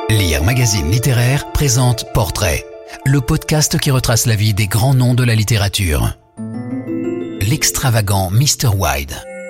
Lire Magazine Littéraire présente Portrait, le podcast qui retrace la vie des grands noms de la littérature. L'extravagant Mr. Hyde.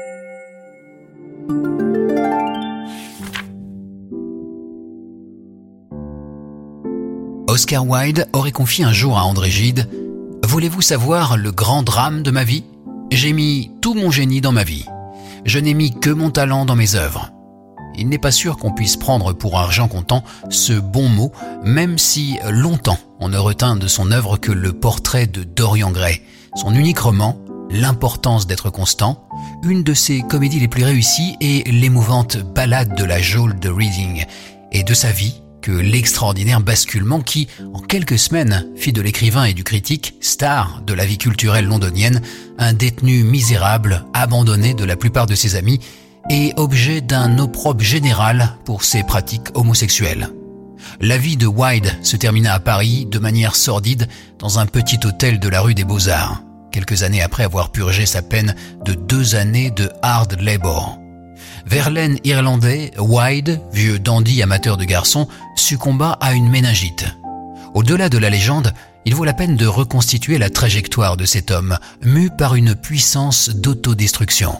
Oscar Wilde aurait confié un jour à André Gide « Voulez-vous savoir le grand drame de ma vie ? J'ai mis tout mon génie dans ma vie. Je n'ai mis que mon talent dans mes œuvres. » Il n'est pas sûr qu'on puisse prendre pour argent comptant ce bon mot, même si longtemps on ne retint de son œuvre que le portrait de Dorian Gray, son unique roman, L'importance d'être constant, une de ses comédies les plus réussies et l'émouvante ballade de la geôle de Reading, et de sa vie que l'extraordinaire basculement qui, en quelques semaines, fit de l'écrivain et du critique, star de la vie culturelle londonienne, un détenu misérable, abandonné de la plupart de ses amis, et objet d'un opprobre général pour ses pratiques homosexuelles. La vie de Wilde se termina à Paris de manière sordide dans un petit hôtel de la rue des Beaux-Arts, quelques années après avoir purgé sa peine de 2 années de hard labor. Verlaine irlandais, Wilde, vieux dandy amateur de garçons, succomba à une méningite. Au-delà de la légende, il vaut la peine de reconstituer la trajectoire de cet homme, mu par une puissance d'autodestruction.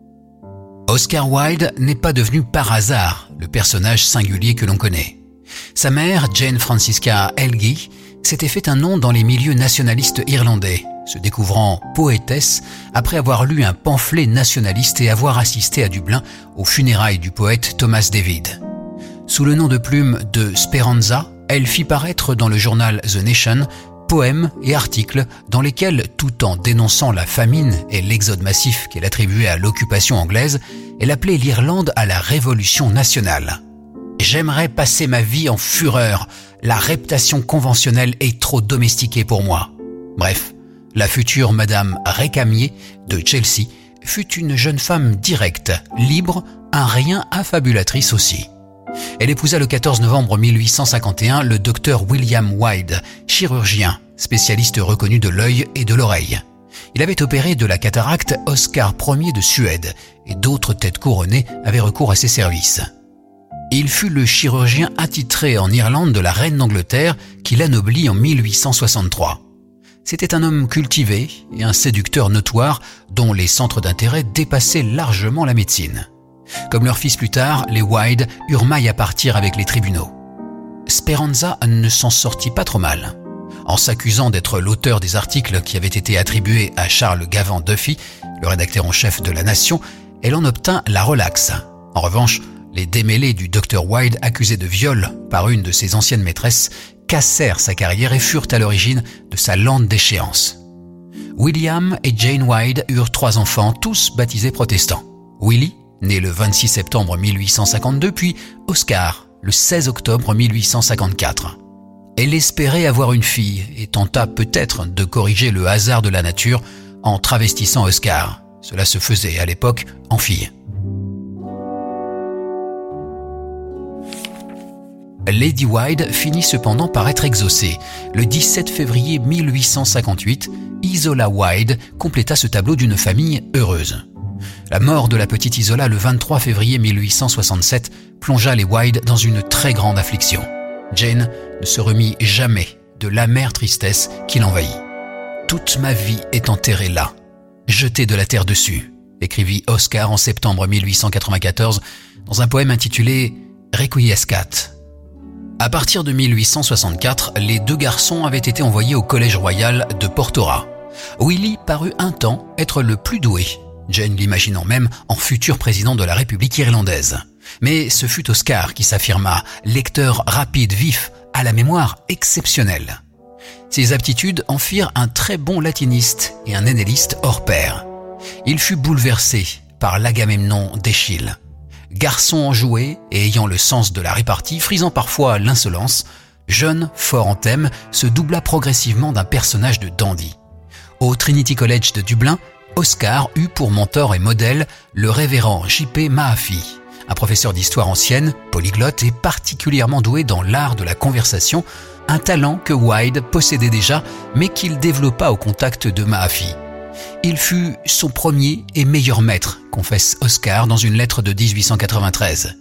Oscar Wilde n'est pas devenu par hasard le personnage singulier que l'on connaît. Sa mère, Jane Francisca Helgi, s'était fait un nom dans les milieux nationalistes irlandais, se découvrant poétesse après avoir lu un pamphlet nationaliste et avoir assisté à Dublin aux funérailles du poète Thomas David. Sous le nom de plume de Speranza, elle fit paraître dans le journal The Nation poèmes et articles dans lesquels, tout en dénonçant la famine et l'exode massif qu'elle attribuait à l'occupation anglaise, elle appelait l'Irlande à la révolution nationale. « J'aimerais passer ma vie en fureur. La réputation conventionnelle est trop domestiquée pour moi. » Bref, la future Madame Récamier de Chelsea fut une jeune femme directe, libre, un rien affabulatrice aussi. Elle épousa le 14 novembre 1851 le docteur William Wilde, chirurgien, spécialiste reconnu de l'œil et de l'oreille. Il avait opéré de la cataracte Oscar Ier de Suède et d'autres têtes couronnées avaient recours à ses services. Il fut le chirurgien attitré en Irlande de la reine d'Angleterre qui l'anoblit en 1863. C'était un homme cultivé et un séducteur notoire dont les centres d'intérêt dépassaient largement la médecine. Comme leur fils plus tard, les Wilde eurent maille à partir avec les tribunaux. Speranza ne s'en sortit pas trop mal. En s'accusant d'être l'auteur des articles qui avaient été attribués à Charles Gavan Duffy, le rédacteur en chef de La Nation, elle en obtint la relaxe. En revanche, les démêlés du Dr Wilde accusé de viol par une de ses anciennes maîtresses cassèrent sa carrière et furent à l'origine de sa lente déchéance. William et Jane Wilde eurent 3 enfants, tous baptisés protestants. Willie, né le 26 septembre 1852, puis Oscar, le 16 octobre 1854. Elle espérait avoir une fille et tenta peut-être de corriger le hasard de la nature en travestissant Oscar. Cela se faisait à l'époque en fille. Lady Wilde finit cependant par être exaucée. Le 17 février 1858, Isola Wilde compléta ce tableau d'une famille heureuse. La mort de la petite Isola le 23 février 1867 plongea les Wilde dans une très grande affliction. Jane ne se remit jamais de l'amère tristesse qui l'envahit. « Toute ma vie est enterrée là, jetée de la terre dessus », écrivit Oscar en septembre 1894 dans un poème intitulé « Requiescat ». À partir de 1864, les 2 garçons avaient été envoyés au Collège royal de Portora. Willie parut un temps être le plus doué, Jane l'imaginant même en futur président de la République irlandaise. Mais ce fut Oscar qui s'affirma, lecteur rapide, vif, à la mémoire exceptionnelle. Ses aptitudes en firent un très bon latiniste et un annéliste hors pair. Il fut bouleversé par l'Agamemnon d'Échille. Garçon enjoué et ayant le sens de la répartie, frisant parfois l'insolence, jeune, fort en thème, se doubla progressivement d'un personnage de dandy. Au Trinity College de Dublin, Oscar eut pour mentor et modèle le révérend J.P. Mahaffy, un professeur d'histoire ancienne, polyglotte et particulièrement doué dans l'art de la conversation, un talent que Wilde possédait déjà mais qu'il développa au contact de Mahaffy. Il fut son premier et meilleur maître, confesse Oscar dans une lettre de 1893.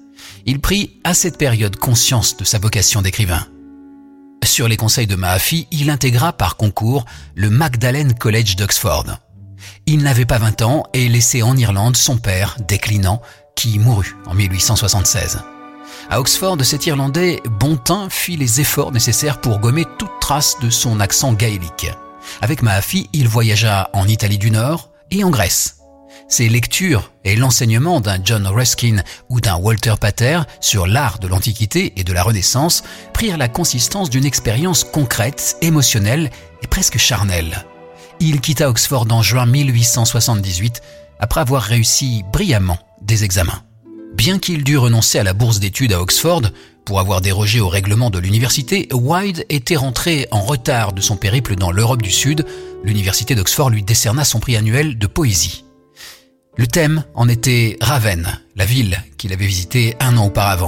Il prit à cette période conscience de sa vocation d'écrivain. Sur les conseils de Mahaffy, il intégra par concours le Magdalen College d'Oxford. Il n'avait pas 20 ans et laissait en Irlande son père, déclinant, qui mourut en 1876. À Oxford, cet Irlandais bon teint fit les efforts nécessaires pour gommer toute trace de son accent gaélique. Avec Mahaffy, il voyagea en Italie du Nord et en Grèce. Ses lectures et l'enseignement d'un John Ruskin ou d'un Walter Pater sur l'art de l'Antiquité et de la Renaissance prirent la consistance d'une expérience concrète, émotionnelle et presque charnelle. Il quitta Oxford en juin 1878 après avoir réussi brillamment des examens. Bien qu'il dût renoncer à la bourse d'études à Oxford pour avoir dérogé au règlement de l'université, Wilde était rentré en retard de son périple dans l'Europe du Sud. L'université d'Oxford lui décerna son prix annuel de poésie. Le thème en était Ravenne, la ville qu'il avait visitée 1 an auparavant.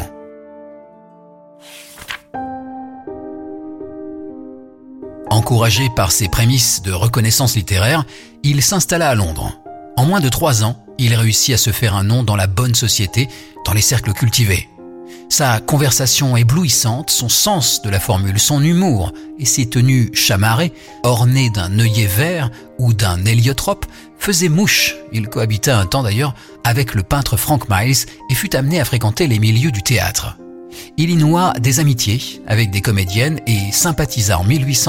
Encouragé par ses prémices de reconnaissance littéraire, il s'installa à Londres. En moins de 3 ans, il réussit à se faire un nom dans la bonne société, dans les cercles cultivés. Sa conversation éblouissante, son sens de la formule, son humour et ses tenues chamarrées, ornées d'un œillet vert ou d'un héliotrope, faisaient mouche. Il cohabita un temps d'ailleurs avec le peintre Frank Miles et fut amené à fréquenter les milieux du théâtre. Il y noua des amitiés avec des comédiennes et sympathisa en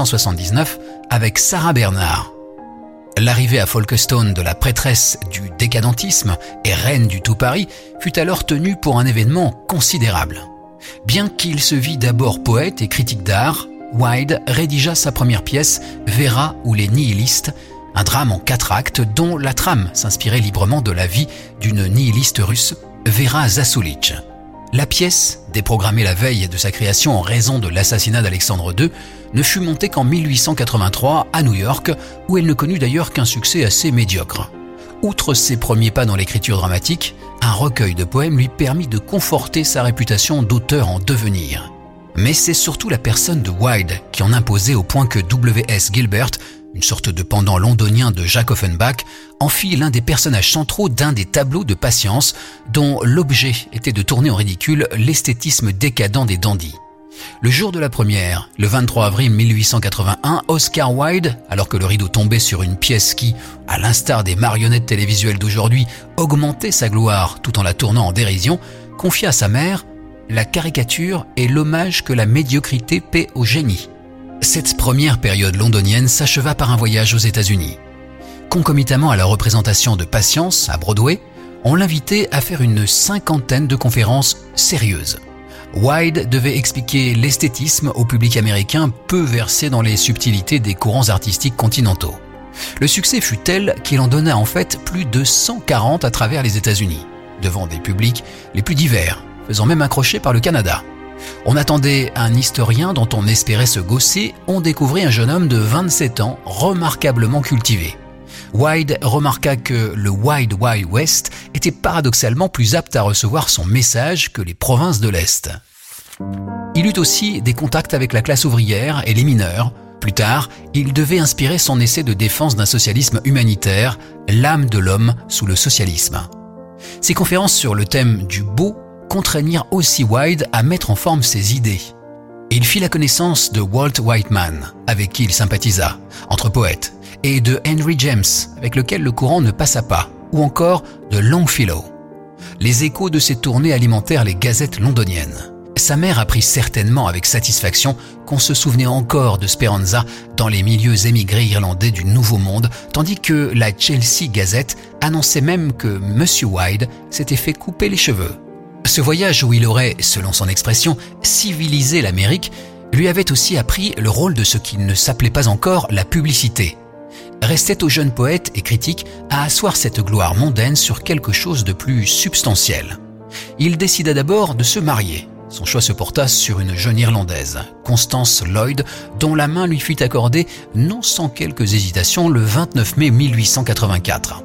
1879 avec Sarah Bernhardt. L'arrivée à Folkestone de la prêtresse du décadentisme et reine du tout Paris fut alors tenue pour un événement considérable. Bien qu'il se vît d'abord poète et critique d'art, Wilde rédigea sa première pièce, Véra ou les nihilistes, un drame en 4 actes dont la trame s'inspirait librement de la vie d'une nihiliste russe, Vera Zasulich. La pièce, déprogrammée la veille de sa création en raison de l'assassinat d'Alexandre II, ne fut montée qu'en 1883 à New York, où elle ne connut d'ailleurs qu'un succès assez médiocre. Outre ses premiers pas dans l'écriture dramatique, un recueil de poèmes lui permit de conforter sa réputation d'auteur en devenir. Mais c'est surtout la personne de Wilde qui en imposait au point que W.S. Gilbert, une sorte de pendant londonien de Jacques Offenbach, en fit l'un des personnages centraux d'un des tableaux de Patience, dont l'objet était de tourner en ridicule l'esthétisme décadent des dandys. Le jour de la première, le 23 avril 1881, Oscar Wilde, alors que le rideau tombait sur une pièce qui, à l'instar des marionnettes télévisuelles d'aujourd'hui, augmentait sa gloire tout en la tournant en dérision, confia à sa mère « La caricature est l'hommage que la médiocrité paie au génie ». Cette première période londonienne s'acheva par un voyage aux États-Unis. Concomitamment à la représentation de Patience à Broadway, on l'invitait à faire une 50aine de conférences sérieuses. Wilde devait expliquer l'esthétisme au public américain peu versé dans les subtilités des courants artistiques continentaux. Le succès fut tel qu'il en donna en fait plus de 140 à travers les États-Unis, devant des publics les plus divers, faisant même un crochet par le Canada. On attendait un historien dont on espérait se gausser, on découvrit un jeune homme de 27 ans remarquablement cultivé. Wilde remarqua que le Wild Wild West était paradoxalement plus apte à recevoir son message que les provinces de l'Est. Il eut aussi des contacts avec la classe ouvrière et les mineurs. Plus tard, il devait inspirer son essai de défense d'un socialisme humanitaire, L'âme de l'homme sous le socialisme. Ses conférences sur le thème du beau contraignirent aussi Wilde à mettre en forme ses idées. Il fit la connaissance de Walt Whitman, avec qui il sympathisa, entre poètes, et de Henry James, avec lequel le courant ne passa pas, ou encore de Longfellow. Les échos de ces tournées alimentèrent les gazettes londoniennes. Sa mère apprit certainement avec satisfaction qu'on se souvenait encore de Speranza dans les milieux émigrés irlandais du Nouveau Monde, tandis que la Chelsea Gazette annonçait même que M. Wilde s'était fait couper les cheveux. Ce voyage où il aurait, selon son expression, civilisé l'Amérique, lui avait aussi appris le rôle de ce qui ne s'appelait pas encore la publicité. Restait au jeune poète et critique à asseoir cette gloire mondaine sur quelque chose de plus substantiel. Il décida d'abord de se marier. Son choix se porta sur une jeune Irlandaise, Constance Lloyd, dont la main lui fut accordée non sans quelques hésitations le 29 mai 1884.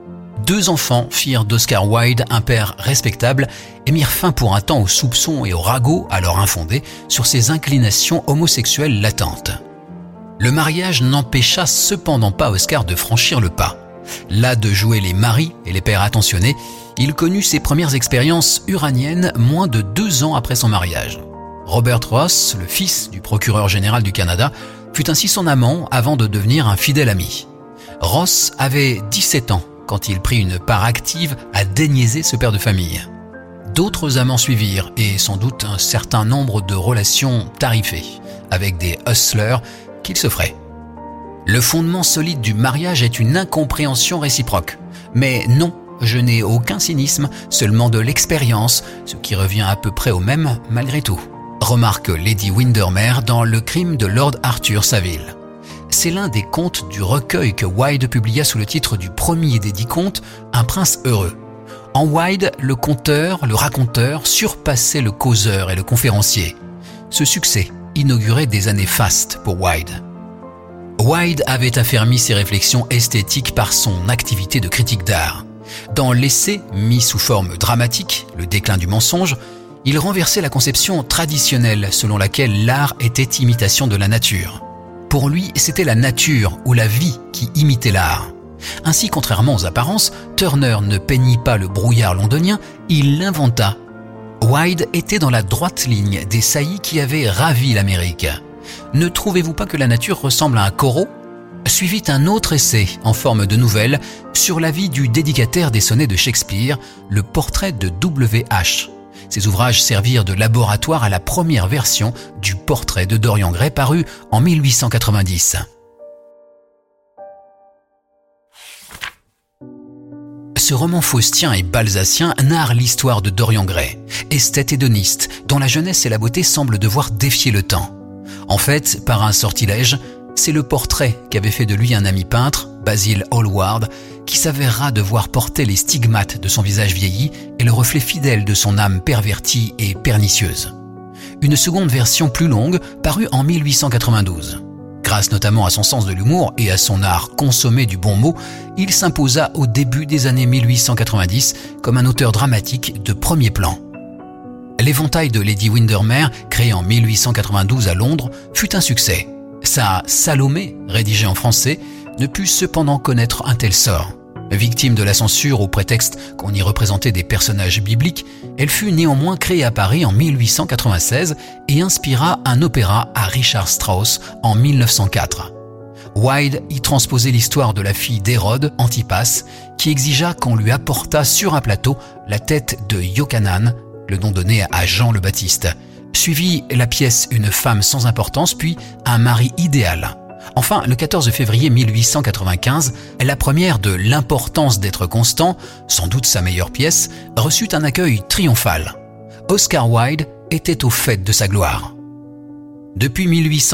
2 enfants firent d'Oscar Wilde un père respectable et mirent fin pour un temps aux soupçons et aux ragots alors infondés sur ses inclinations homosexuelles latentes. Le mariage n'empêcha cependant pas Oscar de franchir le pas. Las de jouer les maris et les pères attentionnés, Il connut ses premières expériences uraniennes moins de 2 ans après son mariage. Robert Ross, le fils du procureur général du Canada, fut ainsi son amant avant de devenir un fidèle ami. Ross avait 17 ans quand il prit une part active à déniaiser ce père de famille. D'autres amants suivirent et sans doute un certain nombre de relations tarifées avec des hustlers qu'il se ferait. Le fondement solide du mariage est une incompréhension réciproque. Mais non, je n'ai aucun cynisme, seulement de l'expérience, ce qui revient à peu près au même malgré tout. Remarque Lady Windermere dans Le crime de Lord Arthur Savile. C'est l'un des contes du recueil que Wilde publia sous le titre du premier des 10 contes, Un prince heureux. En Wilde, le conteur, le raconteur surpassait le causeur et le conférencier. Ce succès inaugurait des années fastes pour Wilde. Wilde avait affermi ses réflexions esthétiques par son activité de critique d'art. Dans l'essai mis sous forme dramatique, Le déclin du mensonge, il renversait la conception traditionnelle selon laquelle l'art était imitation de la nature. Pour lui, c'était la nature ou la vie qui imitait l'art. Ainsi, contrairement aux apparences, Turner ne peignit pas le brouillard londonien, il l'inventa. Wilde était dans la droite ligne des saillies qui avaient ravi l'Amérique. Ne trouvez-vous pas que la nature ressemble à un corot ? Suivit un autre essai en forme de nouvelle sur la vie du dédicataire des sonnets de Shakespeare, Le portrait de W.H. Ces ouvrages servirent de laboratoire à la première version du portrait de Dorian Gray paru en 1890. Ce roman faustien et balzacien narre l'histoire de Dorian Gray, esthète hédoniste, dont la jeunesse et la beauté semblent devoir défier le temps. En fait, par un sortilège, c'est le portrait qu'avait fait de lui un ami peintre, Basil Hallward, qui s'avérera devoir porter les stigmates de son visage vieilli et le reflet fidèle de son âme pervertie et pernicieuse. Une seconde version plus longue parut en 1892. Grâce notamment à son sens de l'humour et à son art consommé du bon mot, il s'imposa au début des années 1890 comme un auteur dramatique de premier plan. L'éventail de Lady Windermere, créé en 1892 à Londres, fut un succès. Sa Salomé, rédigée en français, ne put cependant connaître un tel sort. Victime de la censure au prétexte qu'on y représentait des personnages bibliques, elle fut néanmoins créée à Paris en 1896 et inspira un opéra à Richard Strauss en 1904. Wilde y transposait l'histoire de la fille d'Hérode, Antipas, qui exigea qu'on lui apportât sur un plateau la tête de Yochanan, le nom donné à Jean le Baptiste. Suivit la pièce Une femme sans importance, puis Un mari idéal. Enfin, le 14 février 1895, la première de L'importance d'être constant, sans doute sa meilleure pièce, reçut un accueil triomphal. Oscar Wilde était au faîte de sa gloire. Depuis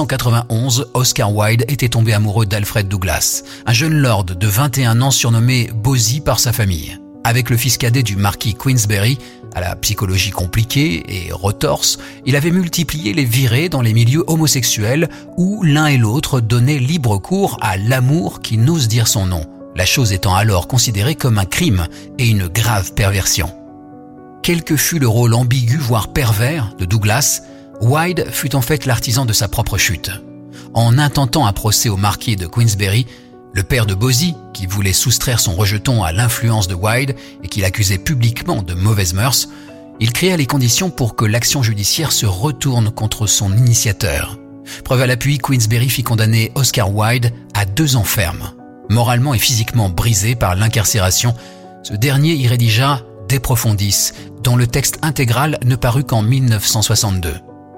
1891, Oscar Wilde était tombé amoureux d'Alfred Douglas, un jeune lord de 21 ans surnommé Bosie par sa famille. Avec le fils cadet du marquis Queensberry, à la psychologie compliquée et retorse, il avait multiplié les virées dans les milieux homosexuels où l'un et l'autre donnaient libre cours à l'amour qui n'ose dire son nom, la chose étant alors considérée comme un crime et une grave perversion. Quel que fût le rôle ambigu voire pervers de Douglas, Wilde fut en fait l'artisan de sa propre chute. En intentant un procès au marquis de Queensberry, le père de Bosie, qui voulait soustraire son rejeton à l'influence de Wilde et qui l'accusait publiquement de mauvaises mœurs, il créa les conditions pour que l'action judiciaire se retourne contre son initiateur. Preuve à l'appui, Queensberry fit condamner Oscar Wilde à 2 ans ferme. Moralement et physiquement brisé par l'incarcération, ce dernier y rédigea De Profundis, dont le texte intégral ne parut qu'en 1962.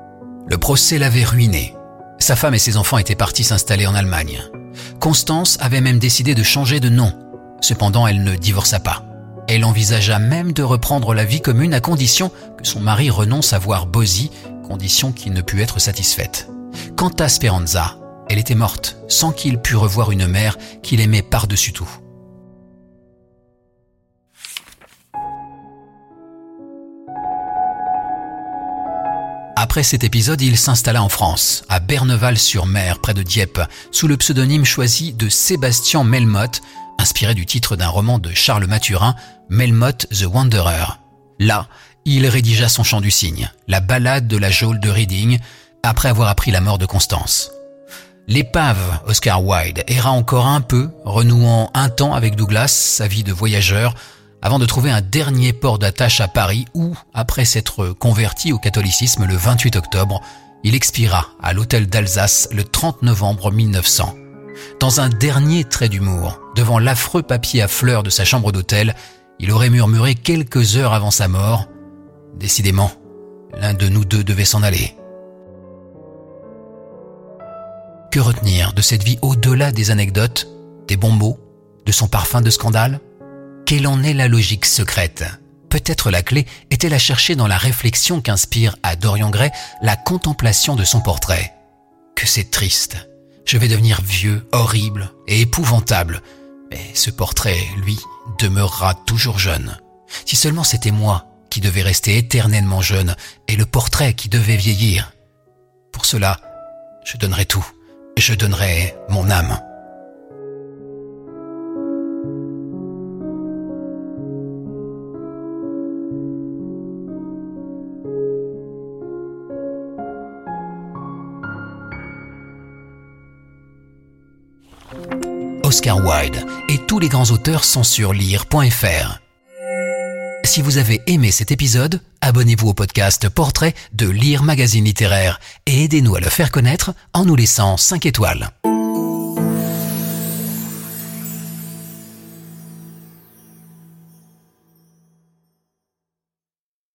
Le procès l'avait ruiné. Sa femme et ses enfants étaient partis s'installer en Allemagne. Constance avait même décidé de changer de nom. Cependant, elle ne divorça pas. Elle envisagea même de reprendre la vie commune à condition que son mari renonce à voir Bosie, condition qui ne put être satisfaite. Quant à Speranza, elle était morte sans qu'il pût revoir une mère qu'il aimait par-dessus tout. Après cet épisode, il s'installa en France, à Berneval-sur-Mer, près de Dieppe, sous le pseudonyme choisi de Sébastien Melmoth, inspiré du titre d'un roman de Charles Mathurin, Melmoth the Wanderer. Là, il rédigea son chant du cygne, la ballade de la geôle de Reading, après avoir appris la mort de Constance. L'épave Oscar Wilde erra encore un peu, renouant un temps avec Douglas, sa vie de voyageur, avant de trouver un dernier port d'attache à Paris où, après s'être converti au catholicisme le 28 octobre, il expira à l'hôtel d'Alsace le 30 novembre 1900. Dans un dernier trait d'humour, devant l'affreux papier à fleurs de sa chambre d'hôtel, il aurait murmuré quelques heures avant sa mort « Décidément, l'un de nous deux devait s'en aller ». Que retenir de cette vie au-delà des anecdotes, des bons mots, de son parfum de scandale ? Quelle en est la logique secrète ? Peut-être la clé est-elle à chercher dans la réflexion qu'inspire à Dorian Gray la contemplation de son portrait. Que c'est triste. Je vais devenir vieux, horrible et épouvantable. Mais ce portrait, lui, demeurera toujours jeune. Si seulement c'était moi qui devais rester éternellement jeune et le portrait qui devait vieillir. Pour cela, je donnerai tout. Je donnerai mon âme. Oscar Wilde et tous les grands auteurs sont sur lire.fr. Si vous avez aimé cet épisode, abonnez-vous au podcast Portrait de Lire Magazine Littéraire et aidez-nous à le faire connaître en nous laissant 5 étoiles.